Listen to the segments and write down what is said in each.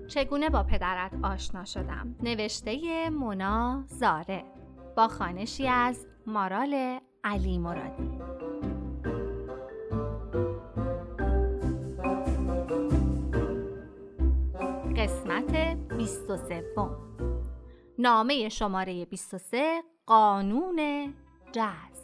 چگونه با پدرت آشنا شدم، نوشته مونا زاره، با خوانشی از مارال علی مرادی. قسمت 23. نامه شماره 23، قانون جذب.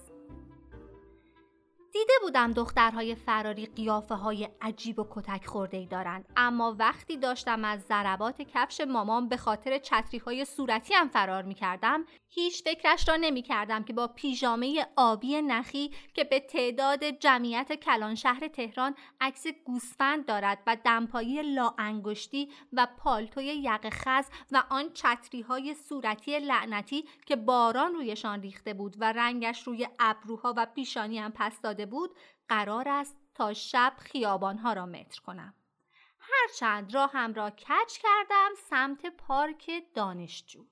دیده بودم دخترهای فراری قیافه های عجیب و کتک خورده‌ای دارند، اما وقتی داشتم از ضربات کفش مامان به خاطر چتری های صورتی هم فرار می کردم، هیچ فکرش را نمی کردم که با پیژامه آبی نخی که به تعداد جمعیت کلان شهر تهران عکس گوسفند دارد و دمپایی لاانگشتی و پالتوی یقه خز و آن چتری های صورتی لعنتی که باران رویشان ریخته بود و رنگش روی ابروها و پیشانی هم پس داده بود، قرار است تا شب خیابانها را متر کنم. هرچند راهم را کج کردم سمت پارک دانشجو.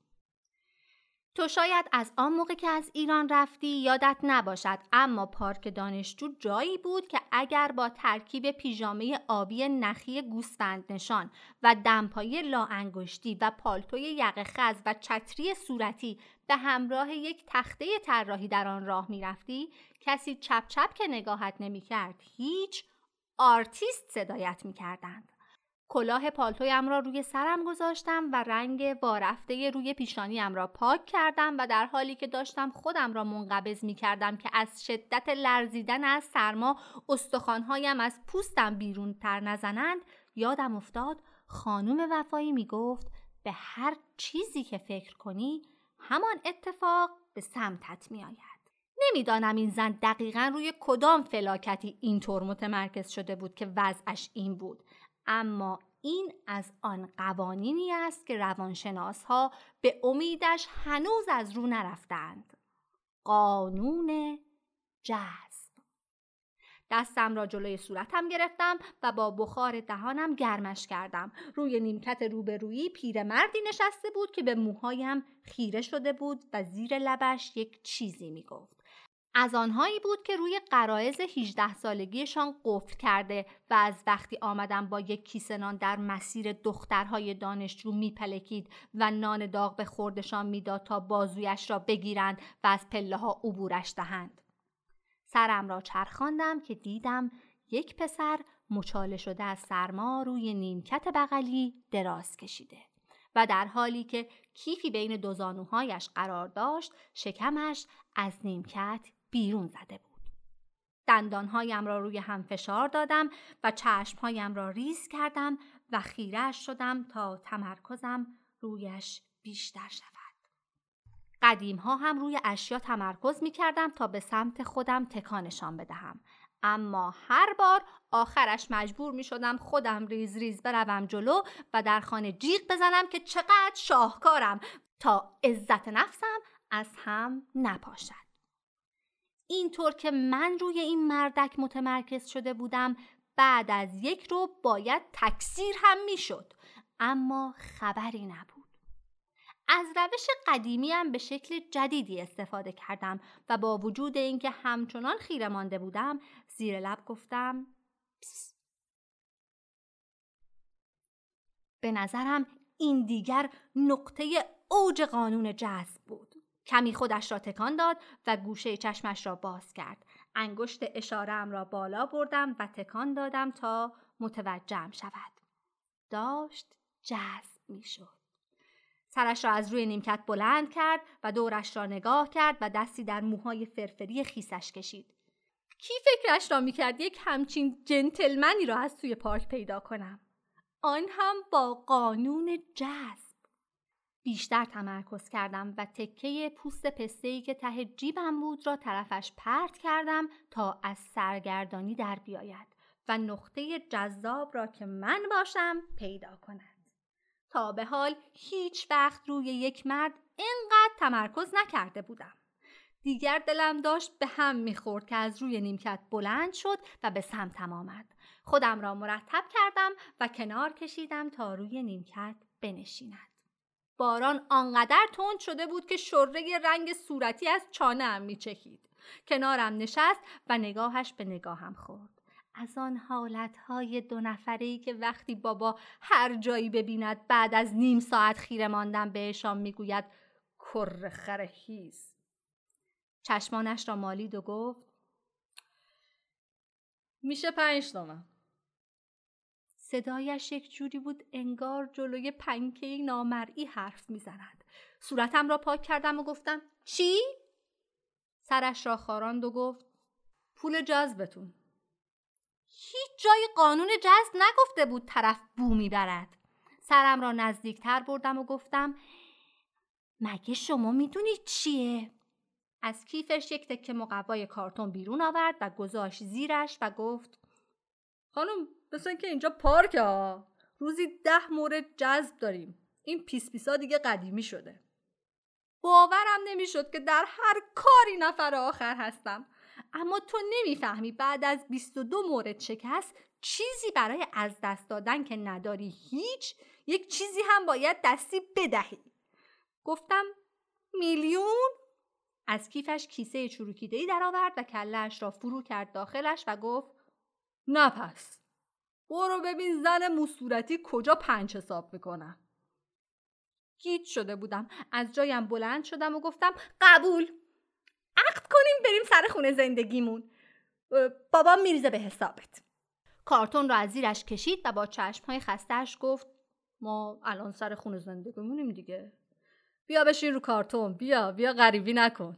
تو شاید از آن موقع که از ایران رفتی یادت نباشد، اما پارک دانشجو جایی بود که اگر با ترکیب پیژامه آبی نخی گوسفند نشان و دمپایی لاانگشتی و پالتوی یقه خز و چتری صورتی به همراه یک تخته طراحی در آن راه می رفتی، کسی چپ چپ که نگاهت نمی کرد، هیچ آرتیست صدایت می کردند. کلاه پالتویم را روی سرم گذاشتم و رنگ وارفته روی پیشانیم را پاک کردم و در حالی که داشتم خودم را منقبض می کردم که از شدت لرزیدن از سرما استخوانهایم از پوستم بیرون تر نزنند، یادم افتاد خانم وفایی می گفت به هر چیزی که فکر کنی همان اتفاق به سمتت می آید. نمیدانم این زن دقیقاً روی کدام فلاکتی اینطور متمرکز شده بود که وضعش این بود، اما این از آن قوانینی است که روانشناس‌ها به امیدش هنوز از رو نرفتند. قانون جذب. دستم را جلوی صورتم گرفتم و با بخار دهانم گرمش کردم. روی نیمکت روبرویی پیرمردی نشسته بود که به موهایم خیره شده بود و زیر لبش یک چیزی میگفت. از آنهایی بود که روی غرایز 18 سالگیشان قفل کرده و از وقتی آمدم با یک کیسه نان در مسیر دخترهای دانشجو میپلکید و نان داغ به خوردشان میداد تا بازویش را بگیرند و از پله ها عبورش دهند. سرم را چرخاندم که دیدم یک پسر مچاله شده از سرما روی نیمکت بغلی دراز کشیده و در حالی که کیفی بین دو زانوهایش قرار داشت، شکمش از نیمکت بیرون زده بود. دندانهایم را روی هم فشار دادم و چشمهایم را ریز کردم و خیره‌اش شدم تا تمرکزم رویش بیشتر شود. قدیمها هم روی اشیا تمرکز می کردم تا به سمت خودم تکانشان بدهم، اما هر بار آخرش مجبور می شدم خودم ریز ریز بروم جلو و در خانه جیغ بزنم که چقدر شاهکارم تا عزت نفسم از هم نپاشد. اینطور که من روی این مردک متمرکز شده بودم، بعد از یک رو باید تکثیر هم می شد، اما خبری نبود. از روش قدیمیم به شکل جدیدی استفاده کردم و با وجود اینکه همچنان خیره مانده بودم، زیر لب گفتم پس. به نظرم این دیگر نقطه اوج قانون جذب بود. کمی خودش را تکان داد و گوشه چشمش را باز کرد. انگشت اشاره‌ام را بالا بردم و تکان دادم تا متوجهم شود. داشت جذب می شد. سرش را از روی نیمکت بلند کرد و دورش را نگاه کرد و دستی در موهای فرفری خیسش کشید. کی فکرش را می کرد یک همچین جنتلمنی را از توی پارک پیدا کنم؟ آن هم با قانون جذب. بیشتر تمرکز کردم و تکه پوست پسته‌ای که ته جیبم بود را طرفش پرت کردم تا از سرگردانی در بیاید و نقطه جذاب را که من باشم پیدا کند. تا به حال هیچ وقت روی یک مرد اینقدر تمرکز نکرده بودم. دیگر دلم داشت به هم میخورد که از روی نیمکت بلند شد و به سمتم آمد. خودم را مرتب کردم و کنار کشیدم تا روی نیمکت بنشیند. باران آنقدر تند شده بود که شره رنگ صورتی از چانه‌ام میچکید. کنارم نشست و نگاهش به نگاهم خورد. از آن حالتهای 2 نفره‌ای که وقتی بابا هر جایی ببیند بعد از نیم ساعت خیره ماندن بهشان میگوید کر خرهیز. چشمانش را مالید و گفت میشه 5 تومن. صدایش یک جوری بود انگار جلوی پنکه نامرئی حرف میزند. صورتم را پاک کردم و گفتم چی؟ سرش را خاراند و گفت پول جذبتون. هیچ جای قانون جذب نگفته بود طرف بو میبرد. سرم را نزدیکتر بردم و گفتم مگه شما میدونید چیه؟ از کیفش یک تکه مقوای کارتون بیرون آورد و گذاشت زیرش و گفت خانم مثل اینکه اینجا پارکه ها. روزی 10 مورد جذب داریم. این پیسا دیگه قدیمی شده. باورم نمیشد که در هر کاری نفر آخر هستم. اما تو نمیفهمی بعد از 22 مورد شکست چیزی برای از دست دادن که نداری هیچ، یک چیزی هم باید دستی بدهی. گفتم 1,000,000؟ از کیفش کیسه چروکیده‌ای در آورد و کله‌اش را فرو کرد داخلش و گفت نه پس برو ببین زن موصورتی کجا 5 حساب میکنه. گیج شده بودم. از جایم بلند شدم و گفتم قبول. عقد کنیم بریم سر خونه زندگیمون. بابا میریزه به حسابت. کارتون را از زیرش کشید و با چشمهای خسته‌اش گفت ما الان سر خونه زندگیمونیم دیگه. بیا بشین رو کارتون. بیا غریبی نکن.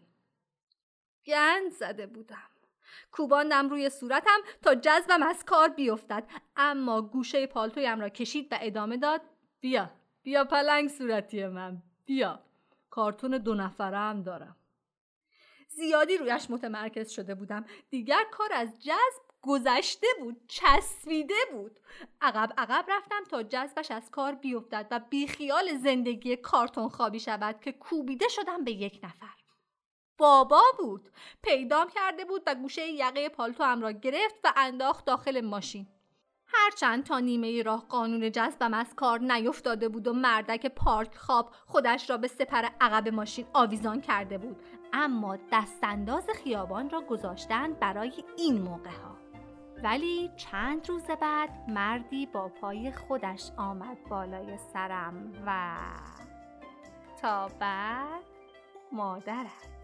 گند زده بودم. کوباندم روی صورتم تا جذبم از کار بیفتد، اما گوشه پالتویم را کشید و ادامه داد بیا پلنگ صورتی من، بیا کارتون 2 نفره هم دارم. زیادی رویش متمرکز شده بودم. دیگر کار از جذب گذشته بود، چسبیده بود. عقب رفتم تا جذبش از کار بیفتد و بیخیال زندگی کارتون خوابی شود که کوبیده شدم به 1 نفر. بابا بود. پیدام کرده بود و گوشه یقه پالتوام را گرفت و انداخت داخل ماشین. هرچند تا نیمه راه قانون جذبم از کار نیفتاده بود و مردک پارک خواب خودش را به سپر عقب ماشین آویزان کرده بود، اما دستانداز خیابان را گذاشتن برای این موقع ها. ولی چند روز بعد مردی با پای خودش آمد بالای سرم و تا بعد مادرت.